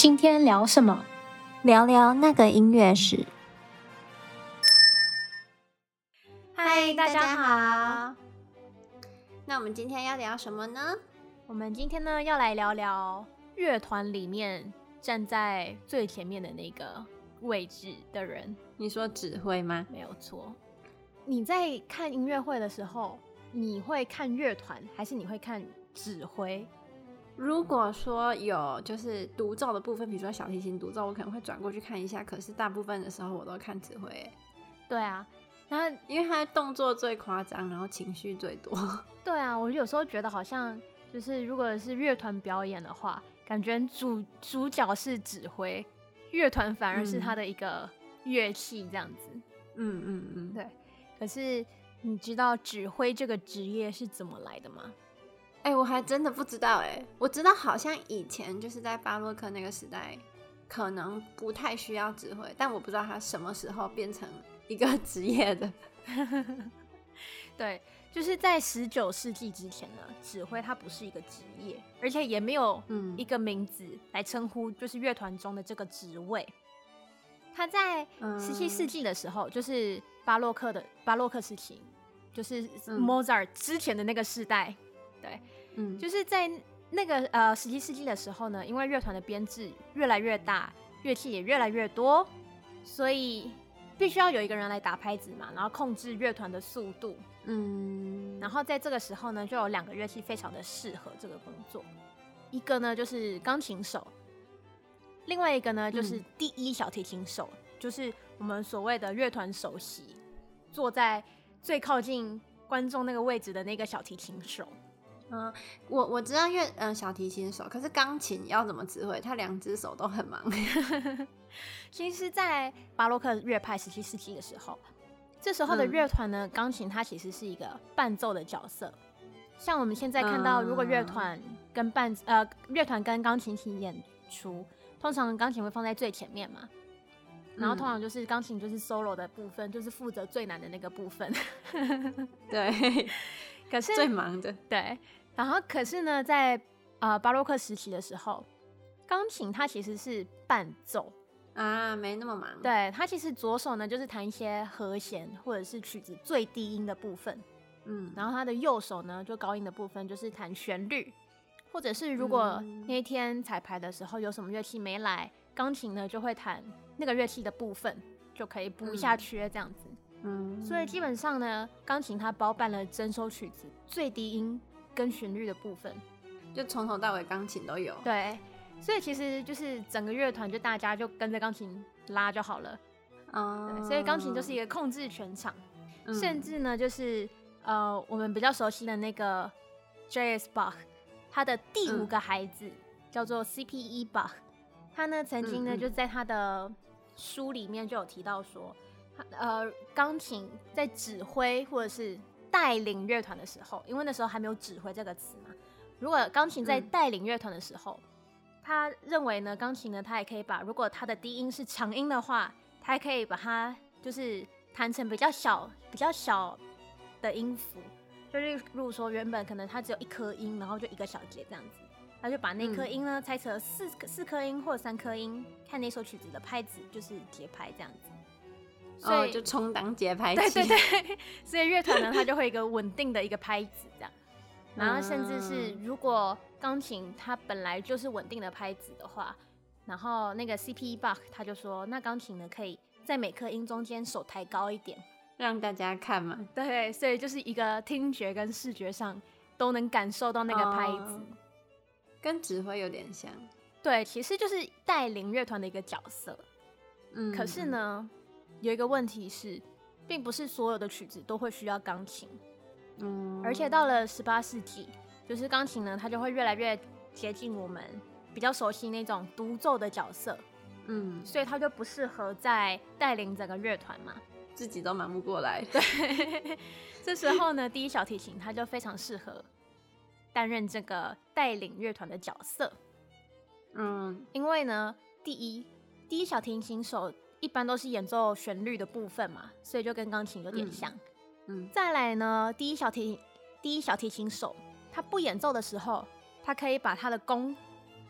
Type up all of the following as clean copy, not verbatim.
今天聊什么？ 聊聊那个音乐史。 嗨，大家好。那我们今天要聊什么呢？ 我们今天呢要来聊聊乐团里面站在最前面的那个位置的人。 你说指挥吗？ 没有错。你在看音乐会的时候，你会看乐团还是你会看指挥？ 如果说有就是独奏的部分，比如说小提琴独奏，我可能会转过去看一下。可是大部分的时候我都看指挥。 对啊，那因为他动作最夸张，然后情绪最多。 对啊，我有时候觉得好像就是如果是乐团表演的话，感觉主角是指挥，乐团反而是他的一个乐器这样子。对。可是你知道指挥这个职业是怎么来的吗？ 我还真的不知道。我知道好像以前就是在巴洛克那个时代可能不太需要指挥，但我不知道他什么时候变成一个职业的。 对，就是在19世纪之前呢，指挥它不是一个职业，而且也没有一个名字来称呼就是乐团中的这个职位。他在17世纪的时候，就是巴洛克时期，就是莫扎尔之前的那个世代。对，就是在那个17世纪的时候呢，因为乐团的编制越来越大，乐器也越来越多，所以必须要有一个人来打拍子嘛，然后控制乐团的速度。然后在这个时候呢，就有2个乐器非常的适合这个工作，一个呢就是钢琴手，另外一个呢就是第一小提琴手，就是我们所谓的乐团首席，坐在最靠近观众那个位置的那个小提琴手。 我知道小提琴手，可是钢琴要怎么指挥？他2只手都很忙。 其实在巴洛克乐派17世纪的时候，这时候的乐团呢，钢琴它其实是一个伴奏的角色。像我们现在看到，如果乐团跟钢琴一起演出，通常钢琴会放在最前面嘛，然后通常就是钢琴就是 solo 的部分，就是负责最难的那个部分。 对， 可是最忙的。 对，然后可是呢，在巴洛克时期的时候，钢琴它其实是伴奏啊，没那么忙。 对，它其实左手呢就是弹一些和弦或者是曲子最低音的部分，然后它的右手呢就高音的部分就是弹旋律，或者是如果那一天彩排的时候有什么乐器没来，钢琴呢就会弹那个乐器的部分，就可以补一下缺这样子。所以基本上呢，钢琴它包办了整首曲子最低音跟旋律的部分， 就从头到尾钢琴都有。 对，所以其实就是整个乐团就大家就跟着钢琴拉就好了。所以钢琴就是一个控制全场，甚至呢就是我们比较熟悉的那个 J.S. Bach， 他的第5个孩子叫做 C.P.E. Bach， 他呢曾经呢就在他的书里面就有提到说，钢琴在指挥或者是带领乐团的时候，因为那时候还没有指挥这个词嘛，如果钢琴在带领乐团的时候，他认为呢，钢琴呢，它也可以把，如果它的低音是长音的话，它还可以把它就是弹成比较小的音符，就例如说原本可能它只有1颗音，然后就1个小节这样子，他就把那颗音呢拆成4颗音或者3颗音，看那首曲子的拍子就是节拍这样子。所以就充当节拍器。 对，所以乐团呢，它就会有一个稳定的一个拍子这样。然后甚至是如果钢琴它本来就是稳定的拍子的话，然后那个 C.P.E. Bach 他就说，那钢琴呢可以在每颗音中间手抬高一点， 让大家看嘛。 对，所以就是一个听觉跟视觉上都能感受到那个拍子， 跟指挥有点像。 对，其实就是带领乐团的一个角色。可是呢，有一个问题是，并不是所有的曲子都会需要钢琴。而且到了18世纪，就是钢琴呢，它就会越来越接近我们比较熟悉那种独奏的角色，所以它就不适合在带领整个乐团嘛， 自己都忙不过来。 对，这时候呢，第一小提琴它就非常适合担任这个带领乐团的角色。因为呢，第一小提琴手一般都是演奏旋律的部分嘛，所以就跟钢琴有点像。再来呢，第一小提琴手他不演奏的时候，他可以把他的弓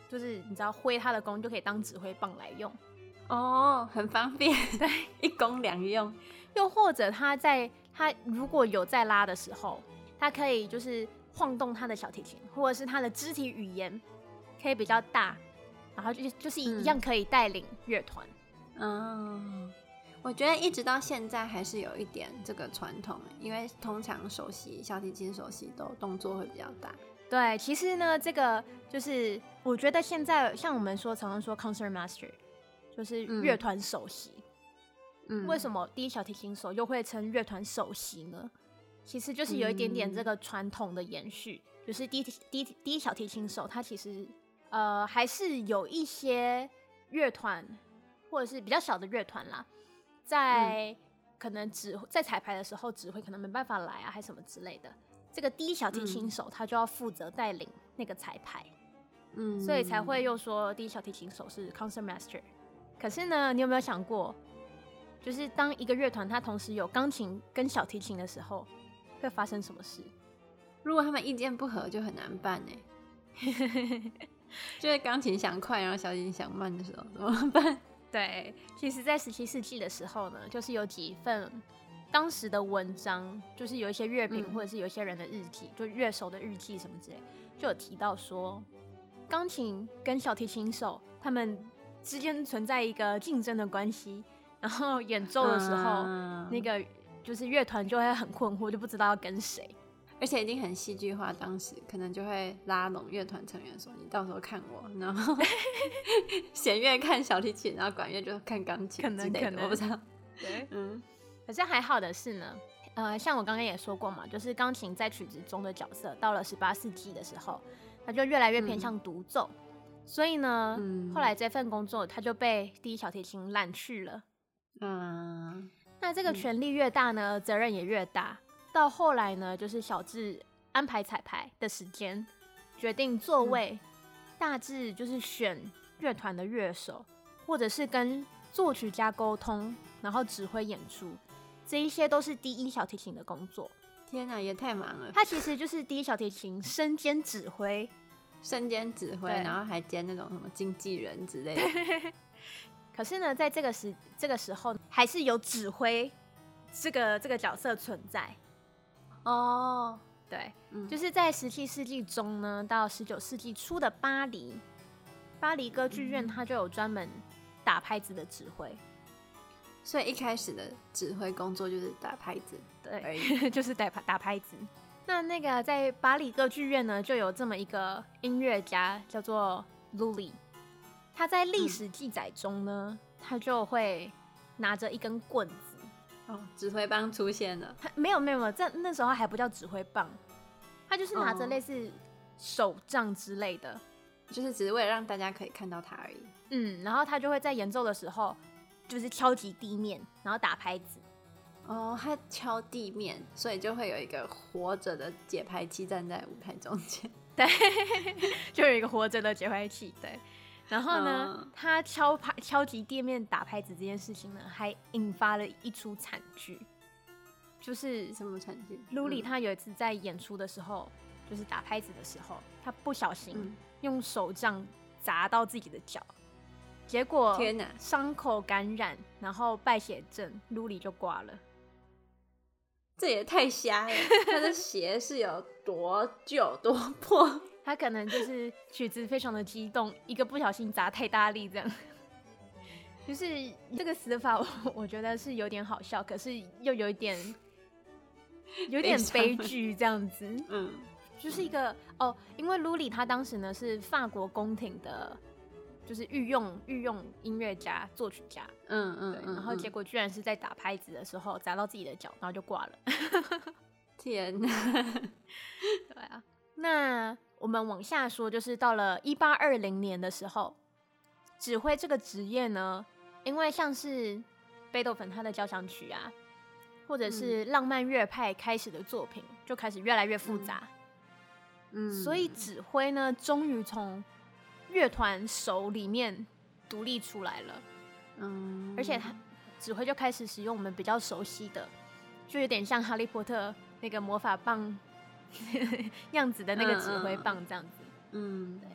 就是你知道挥他的弓就可以当指挥棒来用。 哦，很方便，对，一弓两用。 又或者他如果有在拉的时候，他可以就是晃动他的小提琴，或者是他的肢体语言可以比较大，然后就是一样可以带领乐团。 我觉得一直到现在还是有一点这个传统，因为通常小提琴首席都动作会比较大。 对，其实呢，这个就是我觉得现在像我们常常说 concert master， 就是乐团首席。为什么第一小提琴手又会称乐团首席呢？其实就是有一点点这个传统的延续，就是第一小提琴手他其实还是有一些乐团或者是比较小的乐团啦，在可能在彩排的时候指挥可能没办法来啊，还什么之类的。这个第一小提琴手他就要负责带领那个彩排，所以才会又说第一小提琴手是 concert master。可是呢，你有没有想过，就是当一个乐团它同时有钢琴跟小提琴的时候，会发生什么事？ 如果他们意见不合，就很难办就是钢琴想快，然后小提琴想慢的时候怎么办？ 对，其实在17世纪的时候呢，就是有几份当时的文章，就是有一些乐评或者是有一些人的日记，就乐手的日记什么之类，就有提到说，钢琴跟小提琴手他们之间存在一个竞争的关系，然后演奏的时候，那个就是乐团就会很困惑，就不知道要跟谁。 而且一定很戏剧化，当时可能就会拉拢乐团成员说：“你到时候看我。”然后弦乐看小提琴，然后管乐就看钢琴之类的，我不知道。 对，可是还好的是呢，像我刚刚也说过嘛，就是钢琴在曲子中的角色，到了18世纪的时候，它就越来越偏向独奏，所以呢，后来这份工作它就被第一小提琴揽去了。那这个权力越大呢，责任也越大。到后来呢，就是小至安排彩排的时间，决定座位，大致就是选乐团的乐手，或者是跟作曲家沟通，然后指挥演出，这一些都是第一小提琴的工作。 天哪，也太忙了！ 他其实就是第一小提琴身兼指挥， 然后还兼那种什么经纪人之类的。 可是呢，在这个时候，还是有指挥这个角色存在。对，就是在17世纪中呢，到19世纪初的巴黎歌剧院，它就有专门打拍子的指挥。 所以一开始的指挥工作就是打拍子， 对，就是打拍子。那个在巴黎歌剧院呢，就有这么一个音乐家叫做 Lully， 他在历史记载中呢，他就会拿着一根棍子。 指挥棒出现了？ 没有，那时候还不叫指挥棒，他就是拿着类似手杖之类的， 就是只是为了让大家可以看到他而已。 然后他就会在演奏的时候，就是敲击地面，然后打拍子。 他敲地面，所以就会有一个活着的节拍器站在舞台中间。 对，就有一个活着的节拍器。对。然后呢，他敲击地面打拍子这件事情呢，还引发了一出惨剧。就是什么惨剧 ？Lully他有一次在演出的时候，就是打拍子的时候，他不小心用手杖砸到自己的脚，结果天哪， 伤口感染，然后败血症，Lully就挂了。 这也太瞎了！他的鞋是有多旧多破？ 他可能就是曲子非常的激动，一个不小心砸太大力，这样。就是这个死法，我觉得是有点好笑，可是又有点悲剧这样子。就是一个因为 Lully 他当时呢是法国宫廷的，就是御用音乐家、作曲家。对，然后结果居然是在打拍子的时候砸到自己的脚，然后就挂了。 天哪！ 对啊，那我们往下说，就是到了1820年的时候，指挥这个职业呢，因为像是贝多芬他的交响曲啊，或者是浪漫乐派开始的作品，就开始越来越复杂。所以指挥呢，终于从乐团手里面独立出来了。而且他指挥就开始使用我们比较熟悉的，就有点像哈利波特那个魔法棒样子的那个指挥棒这样子。对。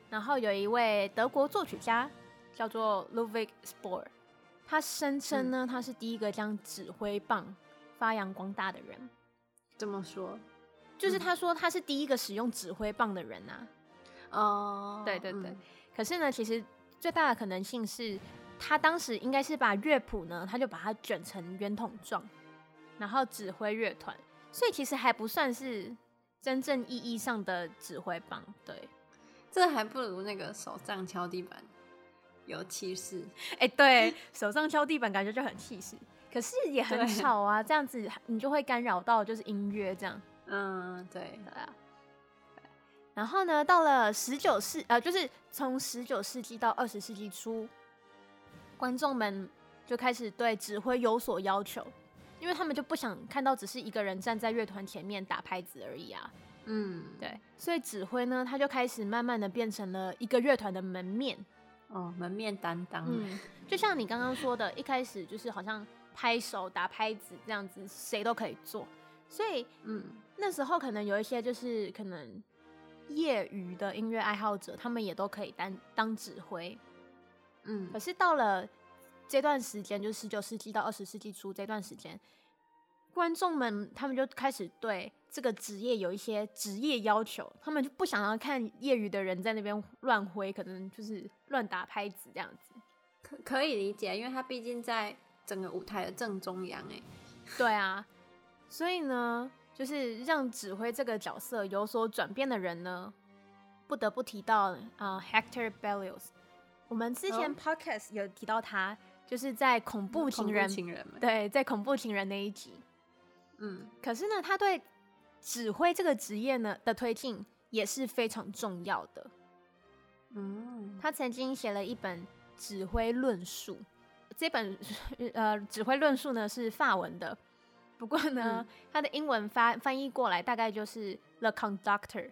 然后有一位德国作曲家叫做 Ludwig Spohr， 他声称呢，他是第一个将指挥棒发扬光大的人。 怎么说？ 就是他说他是第一个使用指挥棒的人啊。 哦， 对对对。可是呢，其实最大的可能性是他当时应该是把乐谱呢，他就把它卷成圆筒状，然后指挥乐团，所以其实还不算是真正意义上的指挥棒。对， 这还不如那个手上敲地板有气势。 对，手上敲地板感觉就很气势，可是也很吵啊，这样子你就会干扰到就是音乐这样。 对啊。然后呢，到了就是从19世纪到20世纪初，观众们就开始对指挥有所要求，因为他们就不想看到只是一个人站在乐团前面打拍子而已啊。对，所以指挥呢，他就开始慢慢的变成了一个乐团的门面。 门面担当。 就像你刚刚说的，一开始就是好像拍手打拍子这样子，谁都可以做。所以那时候可能有一些就是可能业余的音乐爱好者，他们也都可以当指挥。可是到了这段时间，就是19世纪到20世纪初这段时间，观众们他们就开始对这个职业有一些职业要求，他们就不想要看业余的人在那边乱挥，可能就是乱打拍子这样子。 可以理解，因为他毕竟在整个舞台的正中央。 对啊，所以呢，就是让指挥这个角色有所转变的人呢，不得不提到Hector Berlioz。我们之前 podcast 有提到他，就是在恐怖情人对，在恐怖情人那一集。可是呢，他对指挥这个职业呢的推进也是非常重要的。他曾经写了一本指挥论述，这本指挥论述呢是法文的，不过呢，它的英文翻译过来大概就是 The Conductor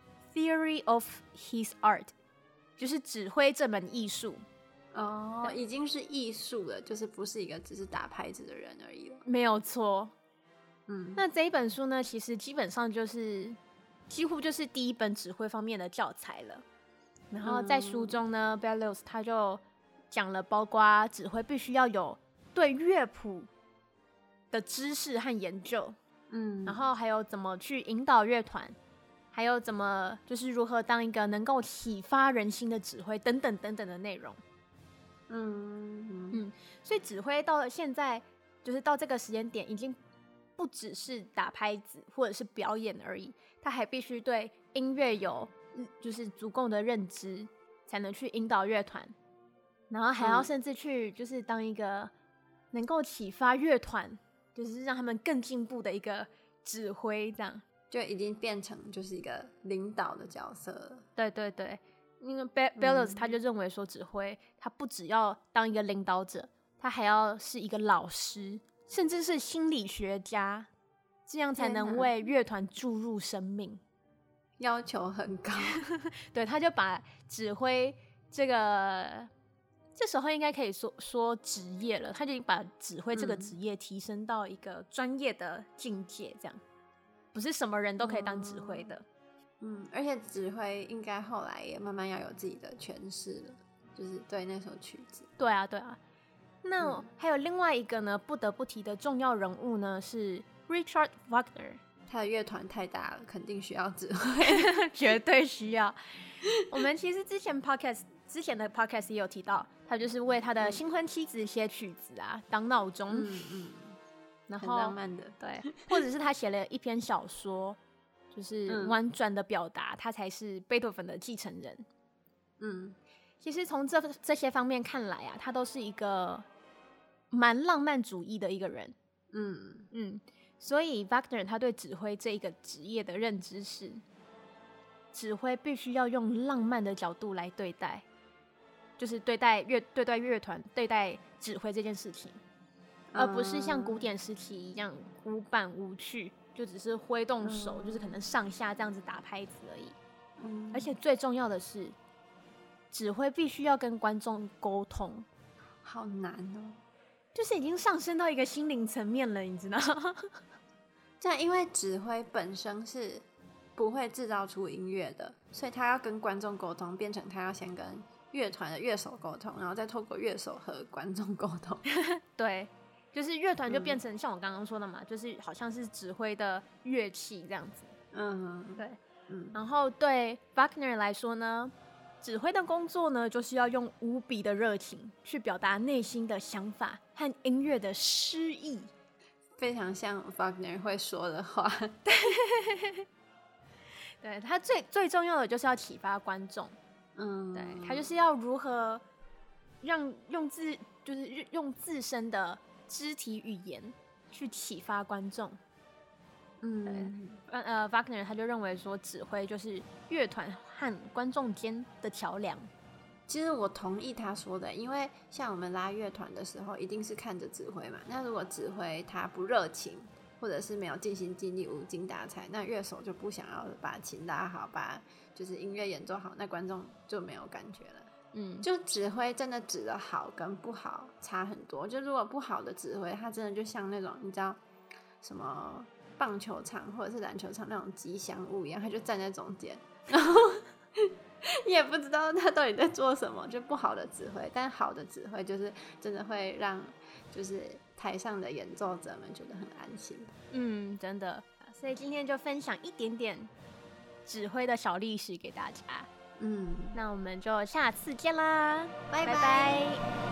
Theory of His Art， 就是指挥这门艺术。 已经是艺术了，就是不是一个只是打拍子的人而已了。 没有错。那这一本书呢，其实基本上就是几乎就是第一本指挥方面的教材了。然后在书中呢，Berlioz 他就讲了包括指挥必须要有对乐谱的知识和研究，然后还有怎么去引导乐团，还有怎么就是如何当一个能够启发人心的指挥等等等等的内容。所以指挥到了现在，就是到这个时间点，已经不只是打拍子或者是表演而已，他还必须对音乐有就是足够的认知，才能去引导乐团，然后还要甚至去就是当一个能够启发乐团，就是让他们更进步的一个指挥，这样就已经变成就是一个领导的角色了。 对对对，因为 Berlioz 他就认为说，指挥他不只要当一个领导者，他还要是一个老师，甚至是心理学家，这样才能为乐团注入生命。 要求很高。 对，他就把指挥这时候应该可以说职业了，他就已经把指挥这个职业提升到一个专业的境界，这样不是什么人都可以当指挥的。 而且指挥应该后来也慢慢要有自己的诠释了，就是对那首曲子。 对啊对啊。那还有另外一个呢，不得不提的重要人物呢，是 Richard Wagner。 他的乐团太大了，肯定需要指挥。 绝对需要。我们其实之前的 podcast 也有提到，他就是为他的新婚妻子写曲子啊，当闹钟。然后很浪漫的。 对，或者是他写了一篇小说，就是婉转的表达他才是贝多芬的继承人。其实从这些方面看来啊，他都是一个蛮浪漫主义的一个人。所以 Wagner 他对指挥这一个职业的认知是，指挥必须要用浪漫的角度来对待，就是对待乐团、对待指挥这件事情，而不是像古典时期一样古板无趣，就只是挥动手，就是可能上下这样子打拍子而已。而且最重要的是，指挥必须要跟观众沟通。 好难哦。 就是已经上升到一个心灵层面了，你知道？ 对，因为指挥本身是不会制造出音乐的，所以他要跟观众沟通，变成他要先跟乐团的乐手沟通，然后再透过乐手和观众沟通。 对，就是乐团就变成像我刚刚说的嘛，就是好像是指挥的乐器这样子。对，然后对 Wagner 来说呢，指挥的工作呢，就是要用无比的热情去表达内心的想法和音乐的诗意， 非常像 Wagner 会说的话。 对，他最重要的就是要启发观众。对，他就是要如何用自身的肢体语言去启发观众。Wagner 他就认为说，指挥就是乐团和观众间的桥梁。 其实我同意他说的，因为像我们拉乐团的时候，一定是看着指挥嘛。那如果指挥他不热情，或者是没有尽心尽力、无精打采，那乐手就不想要把琴拉好，把就是音乐演奏好，那观众就没有感觉了。就指挥真的指的好跟不好差很多。就如果不好的指挥，他真的就像那种你知道什么棒球场或者是篮球场那种吉祥物一样，他就站在中间，然后也不知道他到底在做什么，就不好的指挥。但好的指挥就是真的会让就是台上的演奏者们觉得很安心。 真的。所以今天就分享一点点指挥的小历史给大家。那我们就下次见啦，拜拜。